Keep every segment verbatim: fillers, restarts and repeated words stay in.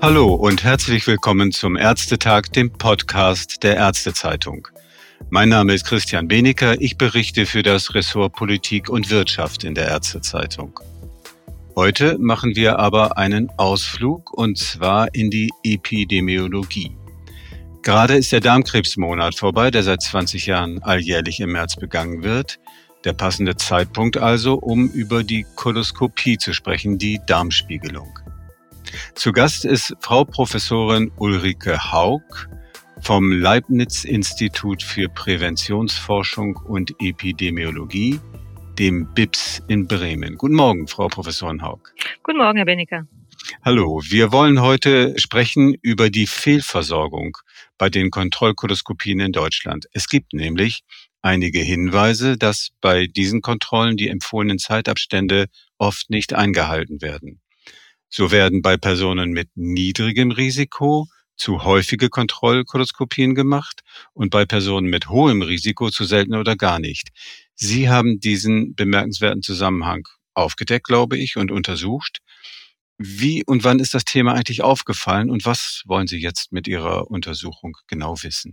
Hallo und herzlich willkommen zum Ärztetag, dem Podcast der Ärztezeitung. Mein Name ist Christian Benecker, ich berichte für das Ressort Politik und Wirtschaft in der Ärztezeitung. Heute machen wir aber einen Ausflug und zwar in die Epidemiologie. Gerade ist der Darmkrebsmonat vorbei, der seit zwanzig Jahren alljährlich im März begangen wird. Der passende Zeitpunkt also, um über die Koloskopie zu sprechen, die Darmspiegelung. Zu Gast ist Frau Professorin Ulrike Haug vom Leibniz-Institut für Präventionsforschung und Epidemiologie, dem B I P S in Bremen. Guten Morgen, Frau Professorin Haug. Guten Morgen, Herr Benecker. Hallo, wir wollen heute sprechen über die Fehlversorgung bei den Kontrollkoloskopien in Deutschland. Es gibt nämlich einige Hinweise, dass bei diesen Kontrollen die empfohlenen Zeitabstände oft nicht eingehalten werden. So werden bei Personen mit niedrigem Risiko zu häufige Kontrollkoloskopien gemacht und bei Personen mit hohem Risiko zu selten oder gar nicht. Sie haben diesen bemerkenswerten Zusammenhang aufgedeckt, glaube ich, und untersucht. Wie und wann ist das Thema eigentlich aufgefallen und was wollen Sie jetzt mit Ihrer Untersuchung genau wissen?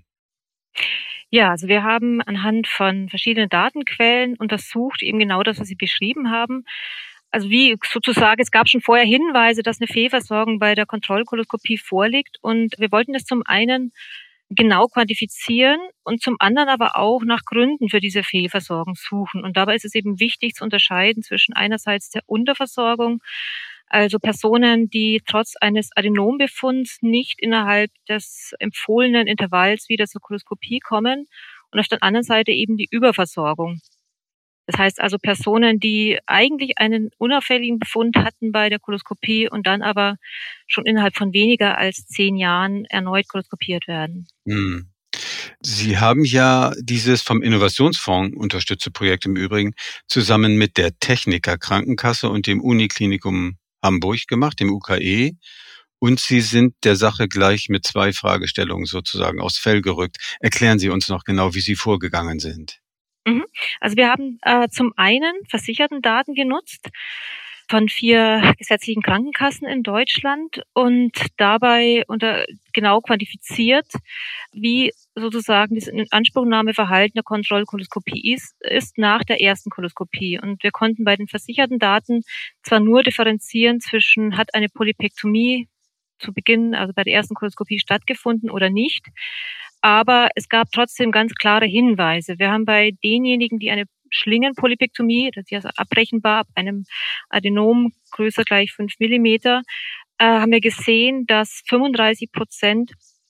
Ja, also wir haben anhand von verschiedenen Datenquellen untersucht, eben genau das, was Sie beschrieben haben. Also wie sozusagen, es gab schon vorher Hinweise, dass eine Fehlversorgung bei der Kontrollkoloskopie vorliegt und wir wollten das zum einen genau quantifizieren und zum anderen aber auch nach Gründen für diese Fehlversorgung suchen. Und dabei ist es eben wichtig zu unterscheiden zwischen einerseits der Unterversorgung, also Personen, die trotz eines Adenombefunds nicht innerhalb des empfohlenen Intervalls wieder zur Koloskopie kommen und auf der anderen Seite eben die Überversorgung. Das heißt also Personen, die eigentlich einen unauffälligen Befund hatten bei der Koloskopie und dann aber schon innerhalb von weniger als zehn Jahren erneut koloskopiert werden. Hm. Sie haben ja dieses vom Innovationsfonds unterstützte Projekt im Übrigen zusammen mit der Techniker Krankenkasse und dem Uniklinikum Hamburg gemacht, dem U K E. Und Sie sind der Sache gleich mit zwei Fragestellungen sozusagen aufs Fell gerückt. Erklären Sie uns noch genau, wie Sie vorgegangen sind. Also wir haben äh, zum einen Versichertendaten genutzt von vier gesetzlichen Krankenkassen in Deutschland und dabei unter genau quantifiziert, wie sozusagen das Inanspruchnahmeverhalten der Kontrollkoloskopie ist, ist nach der ersten Koloskopie. Und wir konnten bei den versicherten Daten zwar nur differenzieren zwischen, hat eine Polypektomie zu Beginn, also bei der ersten Koloskopie stattgefunden oder nicht, aber es gab trotzdem ganz klare Hinweise. Wir haben bei denjenigen, die eine Schlingenpolypektomie, das ist ja abbrechenbar ab einem Adenom größer gleich fünf Millimeter, äh, haben wir gesehen, dass fünfunddreißig Prozent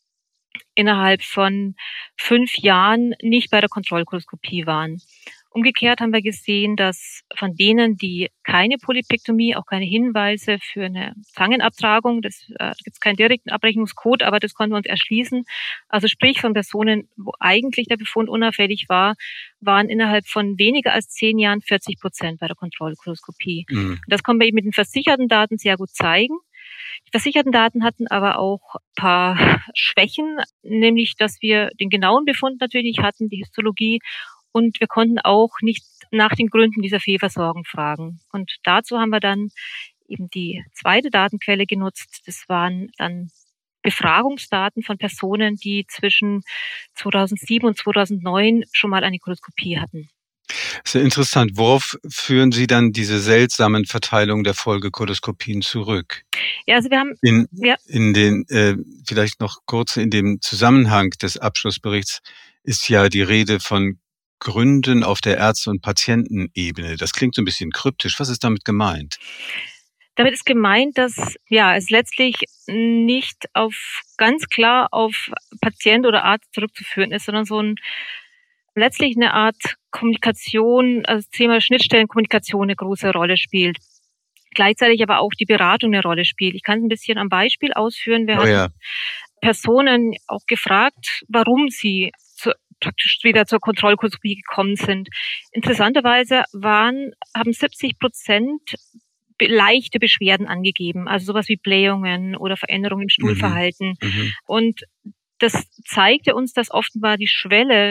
innerhalb von fünf Jahren nicht bei der Kontrollkoloskopie waren. Umgekehrt haben wir gesehen, dass von denen, die keine Polypektomie, auch keine Hinweise für eine Zangenabtragung, das äh, da gibt es keinen direkten Abrechnungscode, aber das konnten wir uns erschließen. Also sprich von Personen, wo eigentlich der Befund unauffällig war, waren innerhalb von weniger als zehn Jahren vierzig Prozent bei der Kontrollkoloskopie. Mhm. Das konnten wir eben mit den versicherten Daten sehr gut zeigen. Die versicherten Daten hatten aber auch ein paar Schwächen, nämlich, dass wir den genauen Befund natürlich hatten, die Histologie, und wir konnten auch nicht nach den Gründen dieser Fehlversorgung fragen. Und dazu haben wir dann eben die zweite Datenquelle genutzt. Das waren dann Befragungsdaten von Personen, die zwischen zweitausendsieben und zweitausendneun schon mal eine Koloskopie hatten. Sehr interessant. Worauf führen Sie dann diese seltsamen Verteilungen der Folgekoloskopien zurück? Ja, also wir haben in, ja. in den äh, vielleicht noch kurz in dem Zusammenhang des Abschlussberichts ist ja die Rede von Gründen auf der Ärzte- und Patientenebene. Das klingt so ein bisschen kryptisch. Was ist damit gemeint? Damit ist gemeint, dass ja es letztlich nicht auf ganz klar auf Patient oder Arzt zurückzuführen ist, sondern so ein letztlich eine Art Kommunikation, also das Thema Schnittstellenkommunikation eine große Rolle spielt. Gleichzeitig aber auch die Beratung eine Rolle spielt. Ich kann es ein bisschen am Beispiel ausführen. Wir oh, haben ja. Personen auch gefragt, warum sie zu, praktisch wieder zur Kontrollkoloskopie gekommen sind. Interessanterweise waren, haben siebzig Prozent leichte Beschwerden angegeben, also sowas wie Blähungen oder Veränderungen im Stuhlverhalten. Mhm. Und das zeigte uns, dass offenbar die Schwelle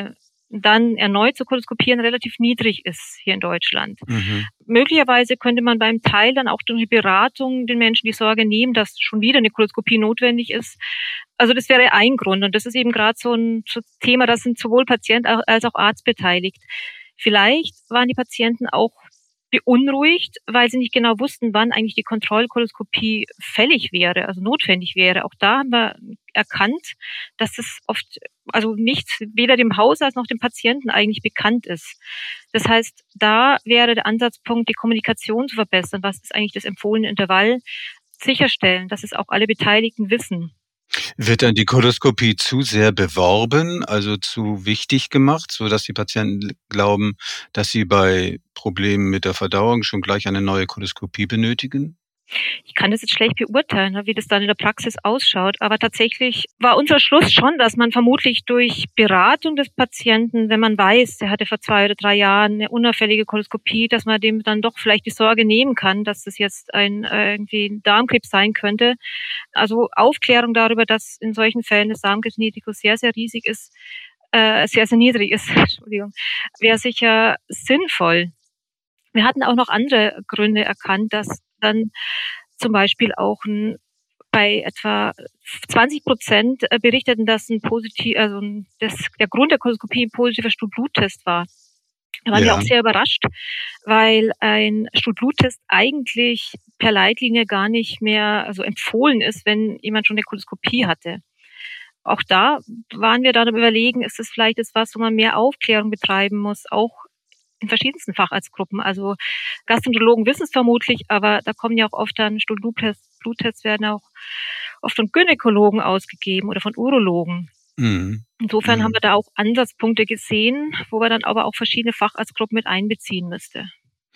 dann erneut zu koloskopieren, relativ niedrig ist hier in Deutschland. Mhm. Möglicherweise könnte man beim Teil dann auch durch die Beratung den Menschen die Sorge nehmen, dass schon wieder eine Koloskopie notwendig ist. Also das wäre ein Grund. Und das ist eben gerade so ein Thema, da sind sowohl Patient als auch Arzt beteiligt. Vielleicht waren die Patienten auch beunruhigt, weil sie nicht genau wussten, wann eigentlich die Kontrollkoloskopie fällig wäre, also notwendig wäre. Auch da haben wir erkannt, dass es oft, also nicht weder dem Hausarzt noch dem Patienten eigentlich bekannt ist. Das heißt, da wäre der Ansatzpunkt, die Kommunikation zu verbessern. Was ist eigentlich das empfohlene Intervall? Sicherstellen, dass es auch alle Beteiligten wissen. Wird dann die Koloskopie zu sehr beworben, also zu wichtig gemacht, so dass die Patienten glauben, dass sie bei Problemen mit der Verdauung schon gleich eine neue Koloskopie benötigen? Ich kann das jetzt schlecht beurteilen, wie das dann in der Praxis ausschaut. Aber tatsächlich war unser Schluss schon, dass man vermutlich durch Beratung des Patienten, wenn man weiß, der hatte vor zwei oder drei Jahren eine unauffällige Koloskopie, dass man dem dann doch vielleicht die Sorge nehmen kann, dass das jetzt ein äh, irgendwie ein Darmkrebs sein könnte. Also Aufklärung darüber, dass in solchen Fällen das Darmkrebsrisiko sehr, sehr riesig ist, äh, sehr, sehr niedrig ist, Entschuldigung, wäre sicher sinnvoll. Wir hatten auch noch andere Gründe erkannt, dass dann zum Beispiel auch ein, bei etwa zwanzig Prozent berichteten, dass ein positiv, also das, der Grund der Koloskopie ein positiver Stuhlbluttest war. Da waren Ja. wir auch sehr überrascht, weil ein Stuhlbluttest eigentlich per Leitlinie gar nicht mehr also empfohlen ist, wenn jemand schon eine Koloskopie hatte. Auch da waren wir dann am Überlegen, ist das vielleicht etwas, wo man mehr Aufklärung betreiben muss, auch in verschiedensten Facharztgruppen. Also Gastroenterologen wissen es vermutlich, aber da kommen ja auch oft dann Stuhlbluttests, Bluttests werden auch oft von Gynäkologen ausgegeben oder von Urologen. Mhm. Insofern mhm. haben wir da auch Ansatzpunkte gesehen, wo wir dann aber auch verschiedene Facharztgruppen mit einbeziehen müsste.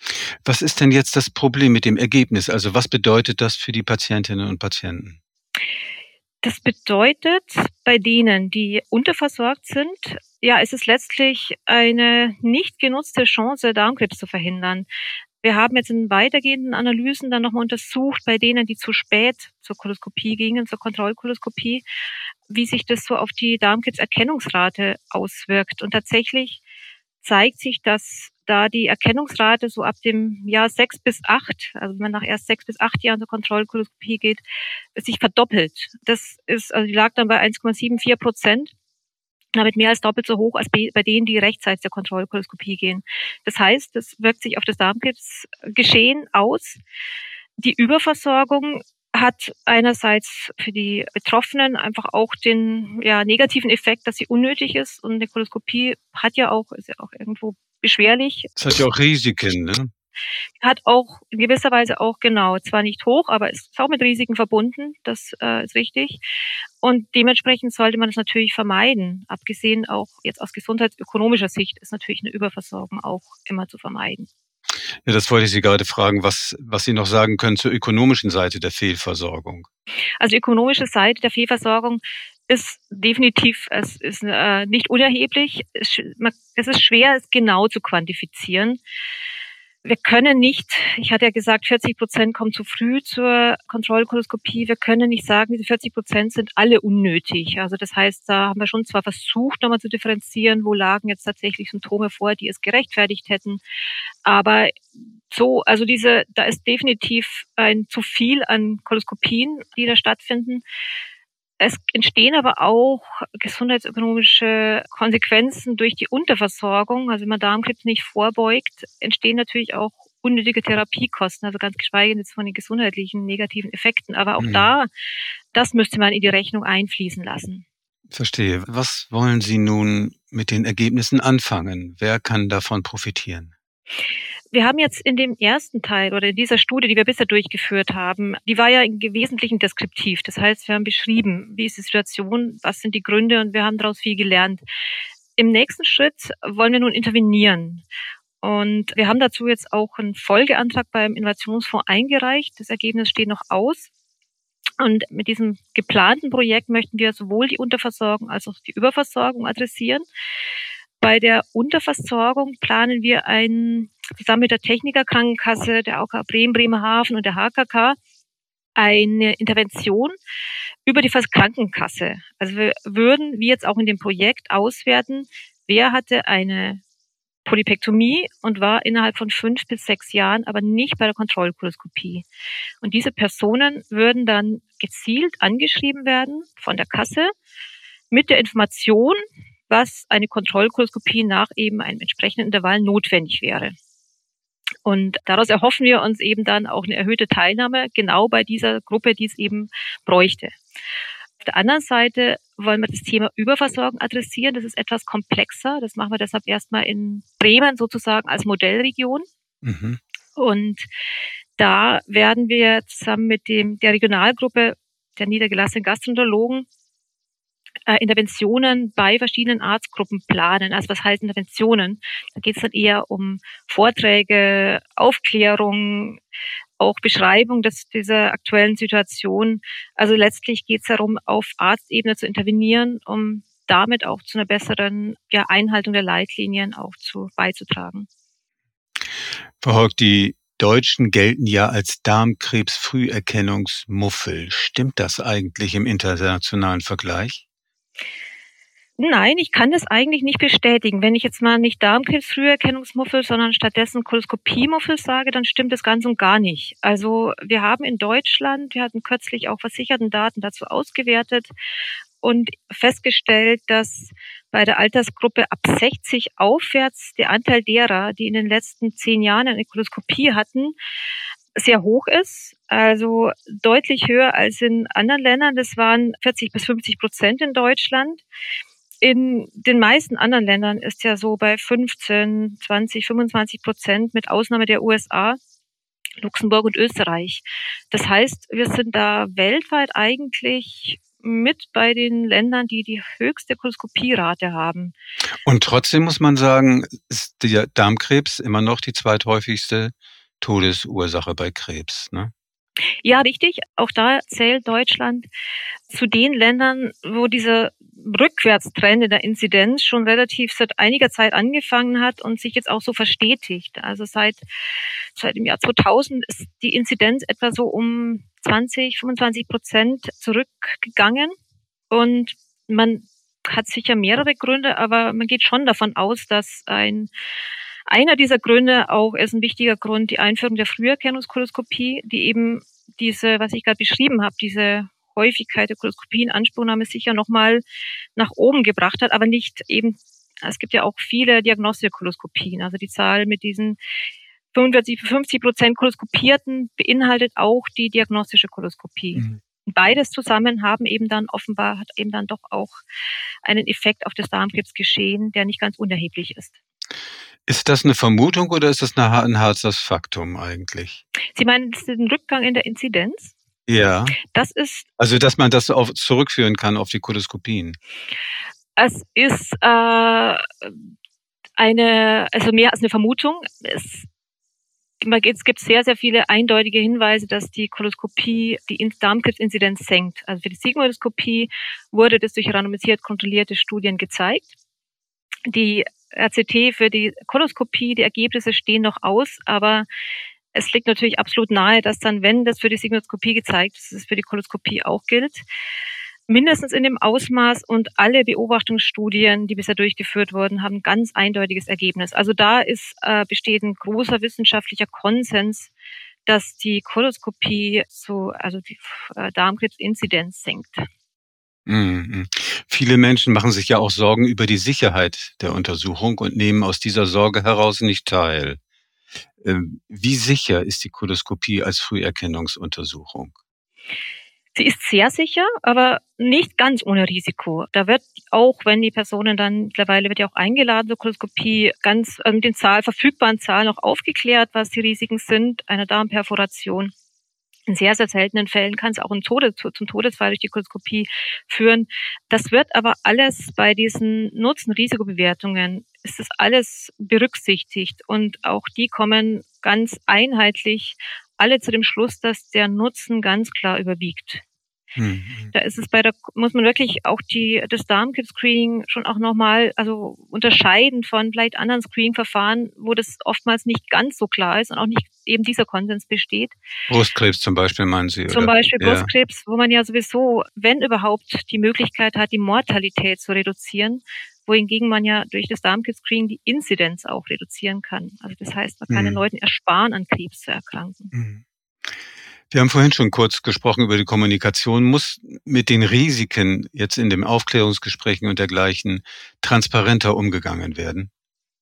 Was ist denn jetzt das Problem mit dem Ergebnis? Also was bedeutet das für die Patientinnen und Patienten? Das bedeutet, bei denen, die unterversorgt sind, ja, ist es letztlich eine nicht genutzte Chance, Darmkrebs zu verhindern. Wir haben jetzt in weitergehenden Analysen dann nochmal untersucht, bei denen, die zu spät zur Koloskopie gingen, zur Kontrollkoloskopie, wie sich das so auf die Darmkrebserkennungsrate auswirkt. Und tatsächlich zeigt sich, dass da die Erkennungsrate so ab dem Jahr sechs bis acht, also wenn man nach erst sechs bis acht Jahren zur Kontrollkoloskopie geht, sich verdoppelt. Das ist, also die lag dann bei eins Komma vierundsiebzig Prozent, damit mehr als doppelt so hoch als bei denen, die rechtzeitig zur Kontrollkoloskopie gehen. Das heißt, das wirkt sich auf das Darmkrebsgeschehen aus. Die Überversorgung hat einerseits für die Betroffenen einfach auch den ja, negativen Effekt, dass sie unnötig ist. Und eine Koloskopie hat ja auch, ist ja auch irgendwo beschwerlich. Es hat ja auch Risiken, ne? Hat auch in gewisser Weise auch, genau, zwar nicht hoch, aber ist auch mit Risiken verbunden, das äh, ist richtig. Und dementsprechend sollte man das natürlich vermeiden. Abgesehen auch jetzt aus gesundheitsökonomischer Sicht ist natürlich eine Überversorgung auch immer zu vermeiden. Ja, das wollte ich Sie gerade fragen, was, was Sie noch sagen können zur ökonomischen Seite der Fehlversorgung. Also die ökonomische Seite der Fehlversorgung ist definitiv, es ist äh, nicht unerheblich. Es, es ist schwer, es genau zu quantifizieren. Wir können nicht, ich hatte ja gesagt, vierzig Prozent kommen zu früh zur Kontrollkoloskopie. Wir können nicht sagen, diese vierzig Prozent sind alle unnötig. Also das heißt, da haben wir schon zwar versucht, nochmal zu differenzieren, wo lagen jetzt tatsächlich Symptome vor, die es gerechtfertigt hätten. Aber so, also diese, da ist definitiv ein zu viel an Koloskopien, die da stattfinden. Es entstehen aber auch gesundheitsökonomische Konsequenzen durch die Unterversorgung. Also wenn man Darmkrebs nicht vorbeugt, entstehen natürlich auch unnötige Therapiekosten, also ganz geschweige jetzt von den gesundheitlichen negativen Effekten. Aber auch mhm. da, das müsste man in die Rechnung einfließen lassen. Verstehe. Was wollen Sie nun mit den Ergebnissen anfangen? Wer kann davon profitieren? Wir haben jetzt in dem ersten Teil oder in dieser Studie, die wir bisher durchgeführt haben, die war ja im Wesentlichen deskriptiv. Das heißt, wir haben beschrieben, wie ist die Situation, was sind die Gründe und wir haben daraus viel gelernt. Im nächsten Schritt wollen wir nun intervenieren. Und wir haben dazu jetzt auch einen Folgeantrag beim Innovationsfonds eingereicht. Das Ergebnis steht noch aus. Und mit diesem geplanten Projekt möchten wir sowohl die Unterversorgung als auch die Überversorgung adressieren. Bei der Unterversorgung planen wir ein, zusammen mit der Techniker Krankenkasse, der A K Bremen, Bremerhaven und der H K K, eine Intervention über die Krankenkasse. Also wir würden, wie jetzt auch in dem Projekt, auswerten, wer hatte eine Polypektomie und war innerhalb von fünf bis sechs Jahren aber nicht bei der Kontrollkoloskopie. Und diese Personen würden dann gezielt angeschrieben werden von der Kasse mit der Information, was eine Kontrollkoloskopie nach eben einem entsprechenden Intervall notwendig wäre. Und daraus erhoffen wir uns eben dann auch eine erhöhte Teilnahme genau bei dieser Gruppe, die es eben bräuchte. Auf der anderen Seite wollen wir das Thema Überversorgung adressieren. Das ist etwas komplexer. Das machen wir deshalb erstmal in Bremen sozusagen als Modellregion. Mhm. Und da werden wir zusammen mit dem, der Regionalgruppe der niedergelassenen Gastroenterologen äh, Interventionen bei verschiedenen Arztgruppen planen. Also was heißt Interventionen? Da geht es dann eher um Vorträge, Aufklärung, auch Beschreibung des, dieser aktuellen Situation. Also letztlich geht es darum, auf Arztebene zu intervenieren, um damit auch zu einer besseren ja, Einhaltung der Leitlinien auch zu beizutragen. Frau Hork, die Deutschen gelten ja als Darmkrebs-Früherkennungsmuffel. Stimmt das eigentlich im internationalen Vergleich? Nein, ich kann das eigentlich nicht bestätigen. Wenn ich jetzt mal nicht Darmkrebs-Früherkennungsmuffel, sondern stattdessen Koloskopie-Muffel sage, dann stimmt das ganz und gar nicht. Also wir haben in Deutschland, wir hatten kürzlich auch versicherten Daten dazu ausgewertet und festgestellt, dass bei der Altersgruppe ab sechzig aufwärts der Anteil derer, die in den letzten zehn Jahren eine Koloskopie hatten, sehr hoch ist, also deutlich höher als in anderen Ländern. Das waren vierzig bis fünfzig Prozent in Deutschland. In den meisten anderen Ländern ist ja so bei fünfzehn, zwanzig, fünfundzwanzig Prozent mit Ausnahme der U S A, Luxemburg und Österreich. Das heißt, wir sind da weltweit eigentlich mit bei den Ländern, die die höchste Koloskopierate haben. Und trotzdem muss man sagen, ist der Darmkrebs immer noch die zweithäufigste Todesursache bei Krebs, ne? Ja, richtig. Auch da zählt Deutschland zu den Ländern, wo dieser Rückwärtstrend in der Inzidenz schon relativ seit einiger Zeit angefangen hat und sich jetzt auch so verstetigt. Also seit, seit dem Jahr zweitausend ist die Inzidenz etwa so um zwanzig, fünfundzwanzig Prozent zurückgegangen. Und man hat sicher mehrere Gründe, aber man geht schon davon aus, dass ein Einer dieser Gründe auch ist ein wichtiger Grund, die Einführung der Früherkennungskoloskopie, die eben diese, was ich gerade beschrieben habe, diese Häufigkeit der Koloskopie in Anspruchnahme sicher nochmal nach oben gebracht hat, aber nicht eben, es gibt ja auch viele Diagnostikkoloskopien, also die Zahl mit diesen fünfundvierzig, fünfzig Prozent Koloskopierten beinhaltet auch die diagnostische Koloskopie. Mhm. Beides zusammen haben eben dann offenbar, hat eben dann doch auch einen Effekt auf das Darmkrebsgeschehen, der nicht ganz unerheblich ist. Ist das eine Vermutung oder ist das ein hartes Faktum eigentlich? Sie meinen den Rückgang in der Inzidenz? Ja. Das ist. Also, dass man das auf, zurückführen kann auf die Koloskopien. Es ist äh, eine, also mehr als eine Vermutung. Es, es gibt sehr, sehr viele eindeutige Hinweise, dass die Koloskopie die Darmkrebsinzidenz senkt. Also für die Sigmoidoskopie wurde das durch randomisiert kontrollierte Studien gezeigt. Die R C T für die Koloskopie, die Ergebnisse stehen noch aus, aber es liegt natürlich absolut nahe, dass dann, wenn das für die Sigmoidoskopie gezeigt ist, dass es für die Koloskopie auch gilt. Mindestens in dem Ausmaß, und alle Beobachtungsstudien, die bisher durchgeführt wurden, haben ein ganz eindeutiges Ergebnis. Also da ist, äh, besteht ein großer wissenschaftlicher Konsens, dass die Koloskopie so, also die äh, Darmkrebsinzidenz senkt. Mhm. Viele Menschen machen sich ja auch Sorgen über die Sicherheit der Untersuchung und nehmen aus dieser Sorge heraus nicht teil. Ähm, wie sicher ist die Koloskopie als Früherkennungsuntersuchung? Sie ist sehr sicher, aber nicht ganz ohne Risiko. Da wird auch, wenn die Personen dann, mittlerweile wird ja auch eingeladen zur Koloskopie, ganz äh, mit den Zahl, verfügbaren Zahlen auch aufgeklärt, was die Risiken sind einer Darmperforation. In sehr, sehr seltenen Fällen kann es auch zum, Tode, zum Todesfall durch die Koloskopie führen. Das wird aber alles bei diesen Nutzen-Risikobewertungen, ist das alles berücksichtigt. Und auch die kommen ganz einheitlich alle zu dem Schluss, dass der Nutzen ganz klar überwiegt. Mhm. Da ist es bei der, muss man wirklich auch die, das Darmkrebs-Screening schon auch nochmal, also unterscheiden von vielleicht anderen Screening-Verfahren, wo das oftmals nicht ganz so klar ist und auch nicht eben dieser Konsens besteht. Brustkrebs zum Beispiel, meinen Sie? Zum oder? Beispiel Ja. Brustkrebs, wo man ja sowieso, wenn überhaupt, die Möglichkeit hat, die Mortalität zu reduzieren, wohingegen man ja durch das Darmkrebs-Screening die Inzidenz auch reduzieren kann. Also das heißt, man kann mhm. den Leuten ersparen, an Krebs zu erkranken. Mhm. Wir haben vorhin schon kurz gesprochen über die Kommunikation. Muss mit den Risiken jetzt in den Aufklärungsgesprächen und dergleichen transparenter umgegangen werden?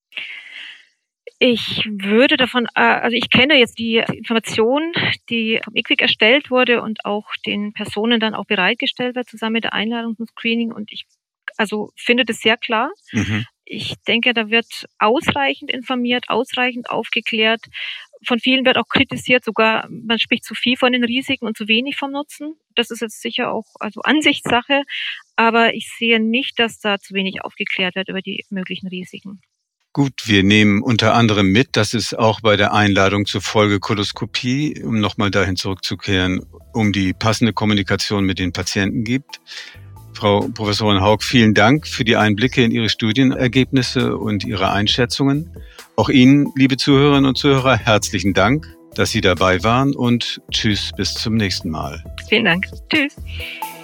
Ich würde davon, also ich kenne jetzt die Information, die vom I C W I C erstellt wurde und auch den Personen dann auch bereitgestellt wird, zusammen mit der Einladung zum Screening. Und ich also finde das sehr klar. Mhm. Ich denke, da wird ausreichend informiert, ausreichend aufgeklärt. Von vielen wird auch kritisiert, sogar man spricht zu viel von den Risiken und zu wenig vom Nutzen. Das ist jetzt sicher auch also Ansichtssache, aber ich sehe nicht, dass da zu wenig aufgeklärt wird über die möglichen Risiken. Gut, wir nehmen unter anderem mit, dass es auch bei der Einladung zur Folgekoloskopie, um nochmal dahin zurückzukehren, um die passende Kommunikation mit den Patienten gibt. Frau Professorin Haug, vielen Dank für die Einblicke in Ihre Studienergebnisse und Ihre Einschätzungen. Auch Ihnen, liebe Zuhörerinnen und Zuhörer, herzlichen Dank, dass Sie dabei waren und tschüss, bis zum nächsten Mal. Vielen Dank. Tschüss.